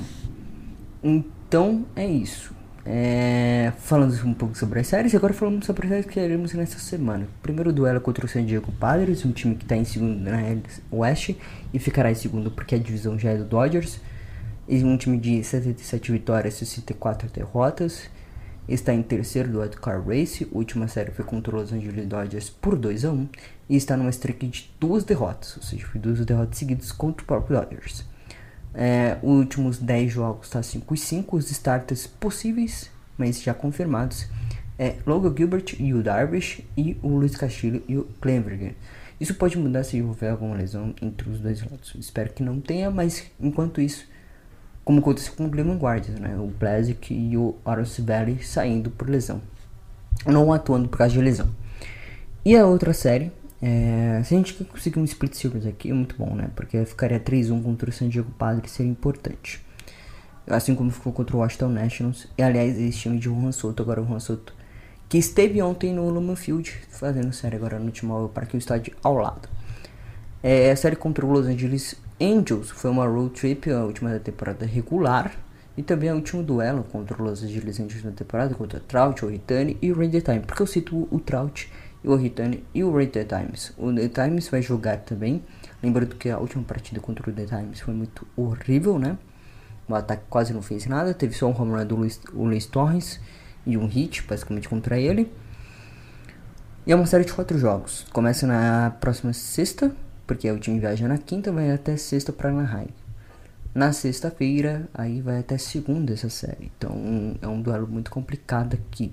Então é isso. Falando um pouco sobre as séries, agora falando sobre as séries que teremos nessa semana. Primeiro duelo contra o San Diego Padres, um time que está em segundo na Oeste e ficará em segundo porque a divisão já é do Dodgers. E um time de 77 vitórias e 64 derrotas. Está em terceiro do Wild Card Race. A última série foi contra o Los Angeles Dodgers por 2-1. E está numa streak de 2 derrotas, ou seja, foi 2 derrotas seguidas contra o próprio Dodgers. Os últimos 10 jogos está 5-5. Os starters possíveis, mas já confirmados, Logan Gilbert e o Darvish, e o Luiz Castillo e o Clevenger. Isso pode mudar se houver alguma lesão entre os dois lados. Espero que não tenha, mas enquanto isso, como aconteceu com o Cleveland Guardians, né? O Plesac e o Orange Valley saindo por lesão, não atuando por causa de lesão. E a outra série, se a gente conseguir um split series aqui, é muito bom, né? Porque ficaria 3-1 contra o San Diego Padres, seria importante. Assim como ficou contra o Washington Nationals. E aliás, esse time de Juan Soto, agora o Juan Soto, que esteve ontem no Lumen Field, fazendo série agora no último para que o estádio ao lado. A série contra o Los Angeles Angels foi uma road trip, a última da temporada regular, e também o último duelo contra o Los Angeles Angels na temporada, contra o Trout, o Ohtani e o Ray The Times. Porque eu cito o Trout, o Ohtani e o Ray The Times. O The Times vai jogar também, lembrando que a última partida contra o The Times foi muito horrível, né? O ataque quase não fez nada, teve só um home run do Luis Torres e um hit, basicamente, contra ele. E é uma série de 4 jogos, começa na próxima sexta, porque o time viaja na quinta, vai até sexta para Anaheim. Na sexta-feira, aí vai até segunda essa série. Então é um duelo muito complicado aqui.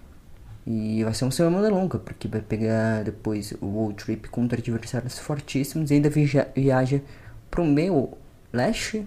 E vai ser uma semana longa, porque vai pegar depois o road trip contra adversários fortíssimos. E ainda viaja para o meio leste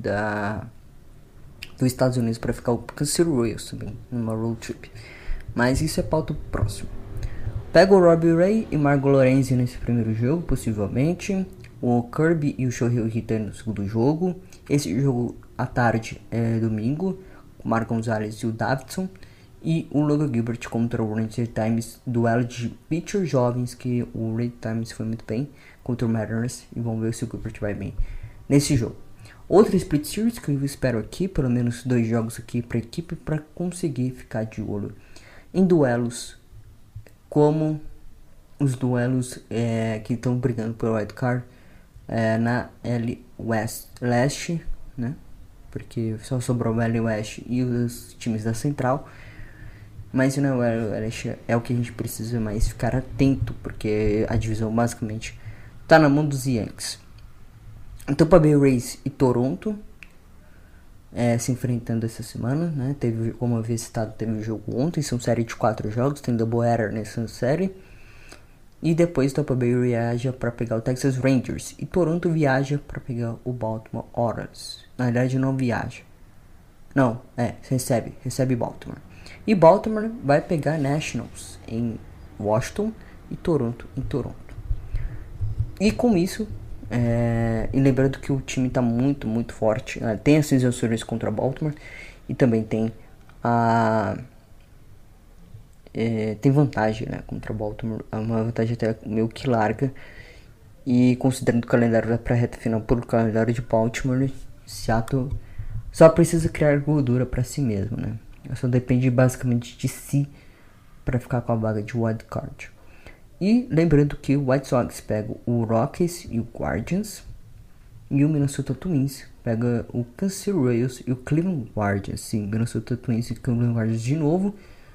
dos Estados Unidos para ficar o Kansas Royals também, numa road trip. Mas isso é pauta próximo. Pega o Robbie Ray e Marco Lorenzi nesse primeiro jogo, possivelmente. O Kirby e o Shohei Ohtani no segundo jogo. Esse jogo à tarde é domingo, com o Marco Gonzalez e o Davidson. E o Logan Gilbert contra o Ray Times, duelo de pitchers jovens, que o Ray Times foi muito bem contra o Mariners. E vamos ver se o Gilbert vai bem nesse jogo. Outra split series que eu espero aqui, pelo menos 2 jogos aqui para a equipe, para conseguir ficar de olho em duelos como os duelos que estão brigando pelo Wild Card na L Leste, né? Porque só sobrou o L West e os times da Central. Mas na L Leste é o que a gente precisa mais ficar atento, porque a divisão basicamente está na mão dos Yankees. Tampa Bay Rays e Toronto se enfrentando essa semana, né? Teve, como eu havia citado, teve um jogo ontem, são série de 4 jogos, tem doubleheader nessa série. E depois Tampa Bay viaja para pegar o Texas Rangers e Toronto viaja para pegar o Baltimore Orioles. Na verdade não viaja, não, recebe Baltimore. E Baltimore vai pegar Nationals em Washington e Toronto em Toronto. E com isso, e lembrando que o time está muito, muito forte. Tem as sensações contra Baltimore e também tem tem vantagem, né, contra Baltimore. É uma vantagem até meio que larga. E considerando o calendário para a reta final pelo calendário de Baltimore, Seattle só precisa criar gordura para si mesmo, né? Só depende basicamente de si para ficar com a vaga de wild card. E lembrando que o White Sox pega o Rockies e o Guardians, e o Minnesota Twins pega o Kansas Royals e o Cleveland Guardians. Sim, Minnesota Twins e Cleveland Guardians de novo.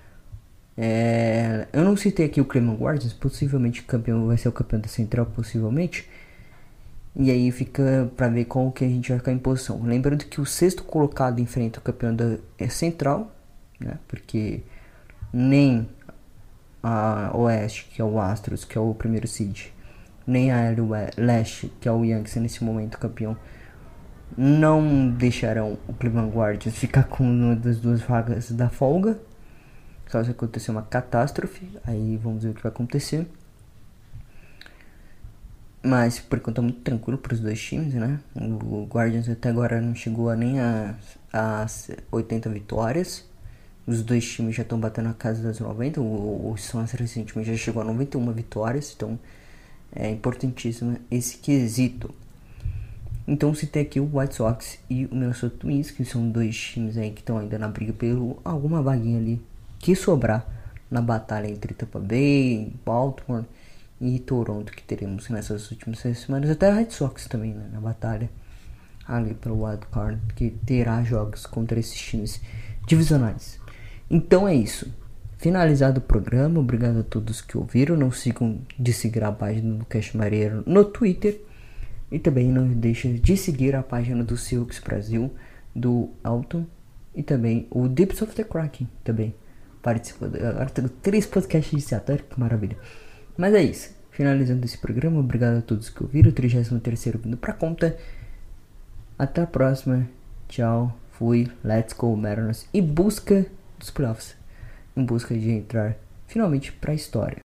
Eu não citei aqui o Cleveland Guardians, possivelmente campeão vai ser o campeão da Central, possivelmente. E aí fica para ver qual que a gente vai ficar em posição. Lembrando que o sexto colocado enfrenta o campeão da Central, né? Porque nem a Oeste, que é o Astros, que é o primeiro seed, nem a Leste, que é o Yankees, nesse momento campeão, não deixarão o Cleveland Guardians ficar com uma das duas vagas da folga. Só se acontecer uma catástrofe, aí vamos ver o que vai acontecer. Mas por enquanto tá muito tranquilo para os dois times, né? O Guardians até agora não chegou nem a 80 vitórias. Os dois times já estão batendo na casa das 90. O Suns recentemente já chegou a 91 vitórias. Então é importantíssimo esse quesito. Então se tem aqui o White Sox e o Minnesota Twins, que são dois times aí que estão ainda na briga pelo alguma vaguinha ali que sobrar na batalha entre Tampa Bay, Baltimore e Toronto, que teremos nessas últimas 6 semanas. Até a Red Sox também, né, na batalha ali pelo Wild Card, que terá jogos contra esses times divisionais. Então é isso, finalizado o programa. Obrigado a todos que ouviram. Não sigam de seguir a página do Cash Marinheiro no Twitter, e também não deixe de seguir a página do Silks Brasil, do Alton, e também o Deeps of the Kraken também participando. Agora tenho 3 podcasts de Seattle, que maravilha. Mas é isso, finalizando esse programa. Obrigado a todos que ouviram. O 33º vindo pra conta. Até a próxima. Tchau, fui, let's go Mariners. E busca dos playoffs, em busca de entrar finalmente pra história.